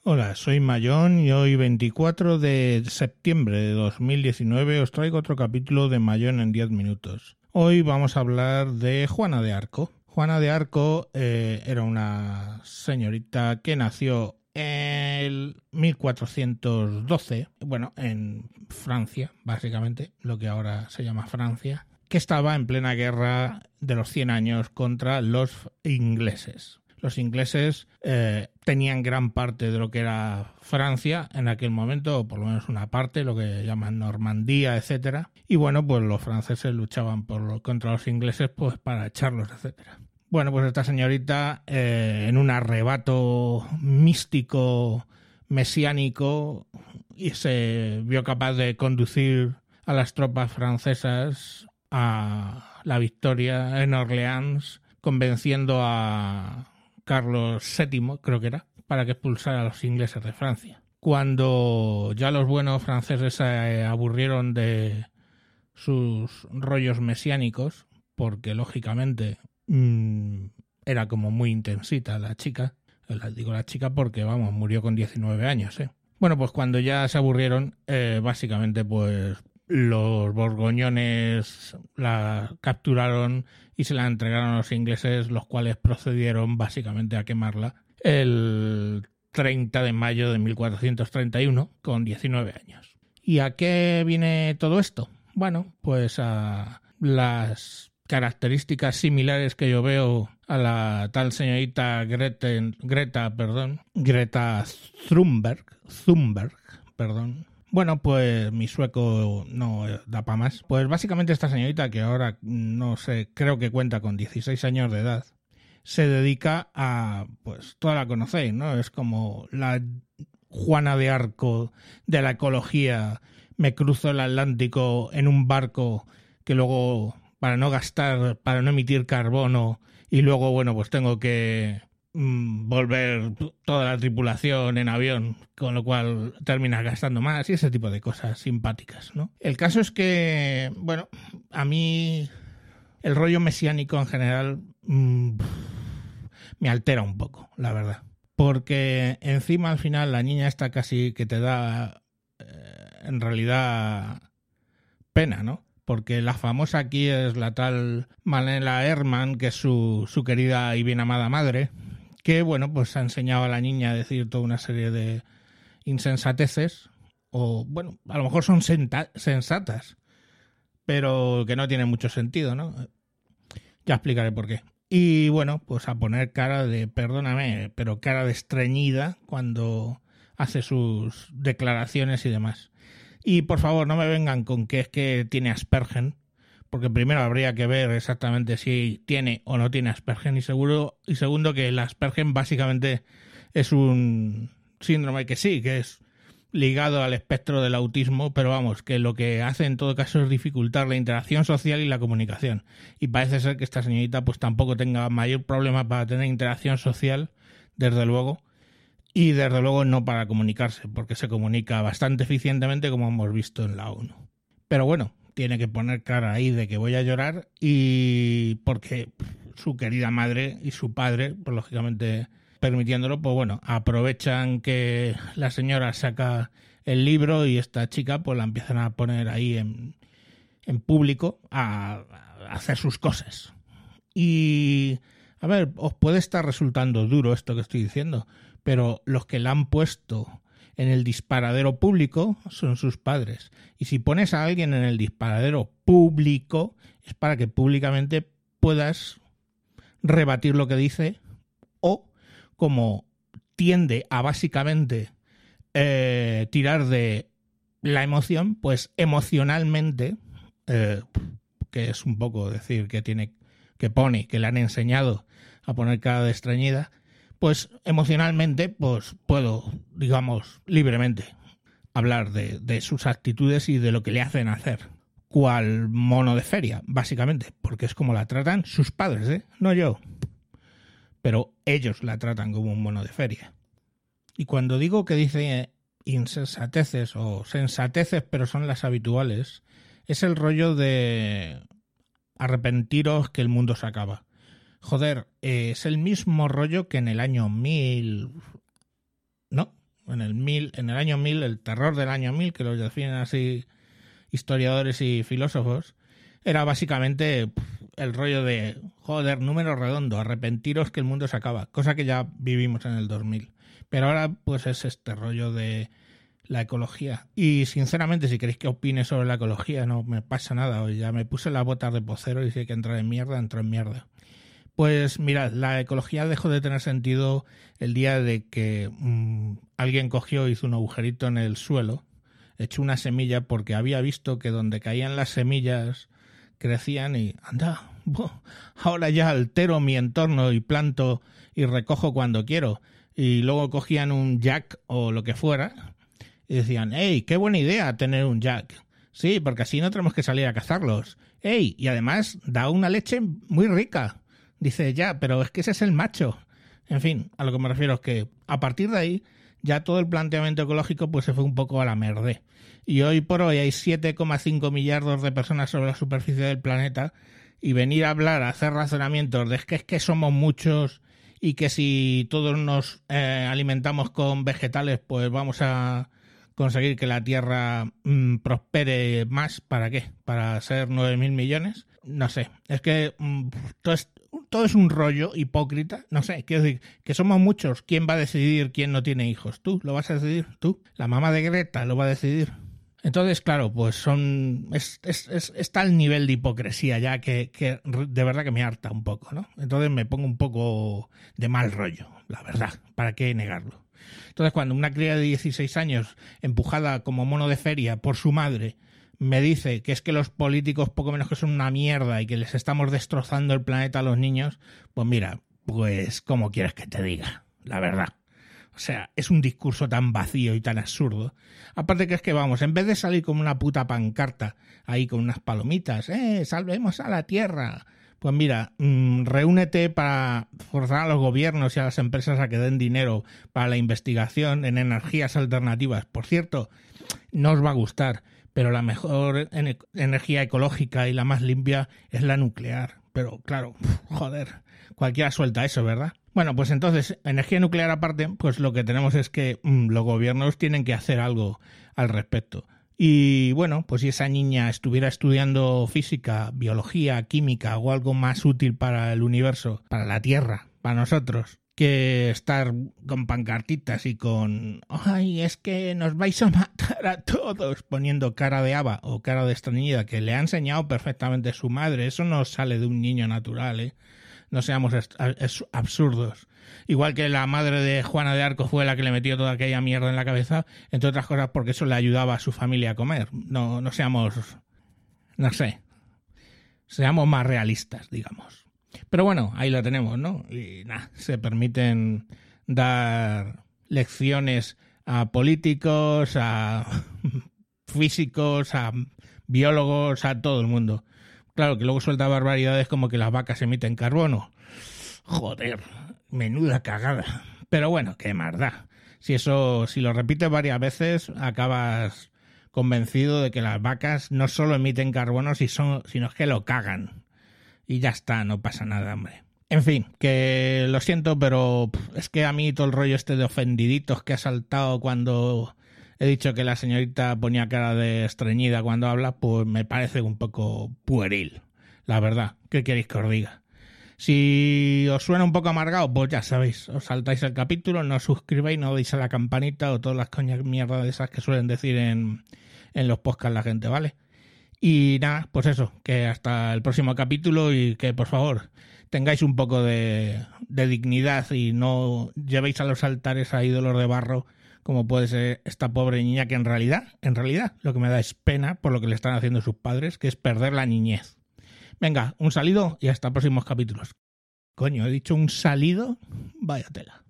Hola, soy Mayón y hoy 24 de septiembre de 2019 os traigo otro capítulo de Mayón en 10 minutos. Hoy vamos a hablar de Juana de Arco. Juana de Arco era una señorita que nació en 1412, bueno, en Francia, básicamente, lo que ahora se llama Francia, que estaba en plena guerra de los 100 años contra los ingleses. Los ingleses tenían gran parte de lo que era Francia en aquel momento, o por lo menos una parte, lo que llaman Normandía, etcétera. Y bueno, pues los franceses luchaban contra los ingleses pues para echarlos, etcétera. Bueno, pues esta señorita, en un arrebato místico, mesiánico, y se vio capaz de conducir a las tropas francesas a la victoria en Orleans, convenciendo a Carlos VII, creo que era, para que expulsara a los ingleses de Francia. Cuando ya los buenos franceses se aburrieron de sus rollos mesiánicos, porque lógicamente era como muy intensita la chica, digo la chica porque, vamos, murió con 19 años, ¿eh? Bueno, pues cuando ya se aburrieron, básicamente pues los borgoñones la capturaron y se la entregaron a los ingleses, los cuales procedieron básicamente a quemarla el 30 de mayo de 1431 con 19 años. ¿Y a qué viene todo esto? Bueno, pues a las características similares que yo veo a la tal señorita Greta Thunberg. Bueno, pues mi sueco no da para más. Pues básicamente esta señorita, que ahora no sé, creo que cuenta con 16 años de edad, se dedica a, pues toda la conocéis, ¿no? Es como la Juana de Arco de la ecología. Me cruzo el Atlántico en un barco que luego, para no gastar, para no emitir carbono, y luego, bueno, pues tengo que volver toda la tripulación en avión, con lo cual terminas gastando más y ese tipo de cosas simpáticas, ¿no? El caso es que, bueno, a mí el rollo mesiánico en general me altera un poco, la verdad. Porque encima al final la niña está casi que te da en realidad pena, ¿no? Porque la famosa aquí es la tal Manela Herman, que es su querida y bien amada madre, que, bueno, pues ha enseñado a la niña a decir toda una serie de insensateces, o, bueno, a lo mejor son sensatas, pero que no tienen mucho sentido, ¿no? Ya explicaré por qué. Y, bueno, pues a poner cara de, perdóname, pero cara de estreñida cuando hace sus declaraciones y demás. Y, por favor, no me vengan con que es que tiene Asperger, porque primero habría que ver exactamente si tiene o no tiene Asperger, y segundo que el Asperger básicamente es un síndrome que sí, que es ligado al espectro del autismo, pero vamos, que lo que hace en todo caso es dificultar la interacción social y la comunicación. Y parece ser que esta señorita pues tampoco tenga mayor problema para tener interacción social, desde luego, y desde luego no para comunicarse, porque se comunica bastante eficientemente, como hemos visto en la ONU. Pero bueno, tiene que poner cara ahí de que voy a llorar, y porque su querida madre y su padre, pues lógicamente permitiéndolo, pues bueno, aprovechan que la señora saca el libro y esta chica pues la empiezan a poner ahí en público a hacer sus cosas. Y a ver, os puede estar resultando duro esto que estoy diciendo, pero los que la han puesto en el disparadero público son sus padres. Y si pones a alguien en el disparadero público es para que públicamente puedas rebatir lo que dice, o como tiende a básicamente tirar de la emoción, pues emocionalmente, que es un poco decir que le han enseñado a poner cara de estreñida, pues emocionalmente pues puedo, digamos, libremente hablar de sus actitudes y de lo que le hacen hacer. Cual mono de feria, básicamente, porque es como la tratan sus padres, no yo. Pero ellos la tratan como un mono de feria. Y cuando digo que dice insensateces o sensateces, pero son las habituales, es el rollo de arrepentiros que el mundo se acaba. Joder, es el mismo rollo que en el año 1000... ¿No? en el año 1000, el terror del año 1000, que lo definen así historiadores y filósofos, era básicamente el rollo de, joder, número redondo, arrepentiros que el mundo se acaba, cosa que ya vivimos en el 2000. Pero ahora pues es este rollo de la ecología. Y sinceramente, si queréis que opine sobre la ecología, no me pasa nada. Hoy ya me puse las botas de pocero y si hay que entrar en mierda, entro en mierda. Pues mirad, la ecología dejó de tener sentido el día de que alguien cogió, hizo un agujerito en el suelo, echó una semilla porque había visto que donde caían las semillas crecían y anda, ahora ya altero mi entorno y planto y recojo cuando quiero. Y luego cogían un jack o lo que fuera y decían, ¡hey, qué buena idea tener un jack! Sí, porque así no tenemos que salir a cazarlos. ¡Hey! Y además da una leche muy rica. Dice, ya, pero es que ese es el macho. En fin, a lo que me refiero es que a partir de ahí ya todo el planteamiento ecológico pues se fue un poco a la merde. Y hoy por hoy hay 7,5 millardos de personas sobre la superficie del planeta y venir a hablar, a hacer razonamientos de es que somos muchos y que si todos nos alimentamos con vegetales pues vamos a conseguir que la Tierra prospere más. ¿Para qué? ¿Para ser 9.000 millones? No sé, es que todo es un rollo hipócrita. No sé, quiero decir, que somos muchos. ¿Quién va a decidir quién no tiene hijos? ¿Tú? ¿Lo vas a decidir? ¿Tú? ¿La mamá de Greta lo va a decidir? Entonces, claro, pues es tal nivel de hipocresía ya que de verdad que me harta un poco, ¿no? Entonces me pongo un poco de mal rollo, la verdad, ¿para qué negarlo? Entonces, cuando una cría de 16 años, empujada como mono de feria por su madre, me dice que es que los políticos poco menos que son una mierda y que les estamos destrozando el planeta a los niños, pues mira, pues ¿cómo quieres que te diga? La verdad. O sea, es un discurso tan vacío y tan absurdo. Aparte que es que, vamos, en vez de salir como una puta pancarta ahí con unas palomitas, salvemos a la Tierra, pues mira, reúnete para forzar a los gobiernos y a las empresas a que den dinero para la investigación en energías alternativas. Por cierto, no os va a gustar, pero la mejor energía ecológica y la más limpia es la nuclear. Pero claro, joder, cualquiera suelta eso, ¿verdad? Bueno, pues entonces, energía nuclear aparte, pues lo que tenemos es que los gobiernos tienen que hacer algo al respecto. Y bueno, pues si esa niña estuviera estudiando física, biología, química o algo más útil para el universo, para la Tierra, para nosotros, que estar con pancartitas y con ¡ay, es que nos vais a matar a todos! Poniendo cara de haba o cara de estreñida que le ha enseñado perfectamente su madre. Eso no sale de un niño natural, ¿eh? No seamos absurdos. Igual que la madre de Juana de Arco fue la que le metió toda aquella mierda en la cabeza, entre otras cosas porque eso le ayudaba a su familia a comer. No seamos, no sé, seamos más realistas, digamos. Pero bueno, ahí lo tenemos, ¿no? Y nada, se permiten dar lecciones a políticos, a físicos, a biólogos, a todo el mundo. Claro, que luego suelta barbaridades como que las vacas emiten carbono. Joder, menuda cagada. Pero bueno, qué más da. Si lo repites varias veces, acabas convencido de que las vacas no solo emiten carbono, sino que lo cagan. Y ya está, no pasa nada, hombre. En fin, que lo siento, pero es que a mí todo el rollo este de ofendiditos que ha saltado cuando he dicho que la señorita ponía cara de estreñida cuando habla, pues me parece un poco pueril, la verdad. ¿Qué queréis que os diga? Si os suena un poco amargado, pues ya sabéis, os saltáis el capítulo, no os suscribáis, no deis a la campanita o todas las coñas mierdas de esas que suelen decir en los podcasts la gente, ¿vale? Y nada, pues eso, que hasta el próximo capítulo y que por favor tengáis un poco de dignidad y no llevéis a los altares a ídolos de barro como puede ser esta pobre niña que en realidad, lo que me da es pena por lo que le están haciendo sus padres, que es perder la niñez. Venga, un saludo y hasta próximos capítulos. Coño, he dicho un salido, vaya tela.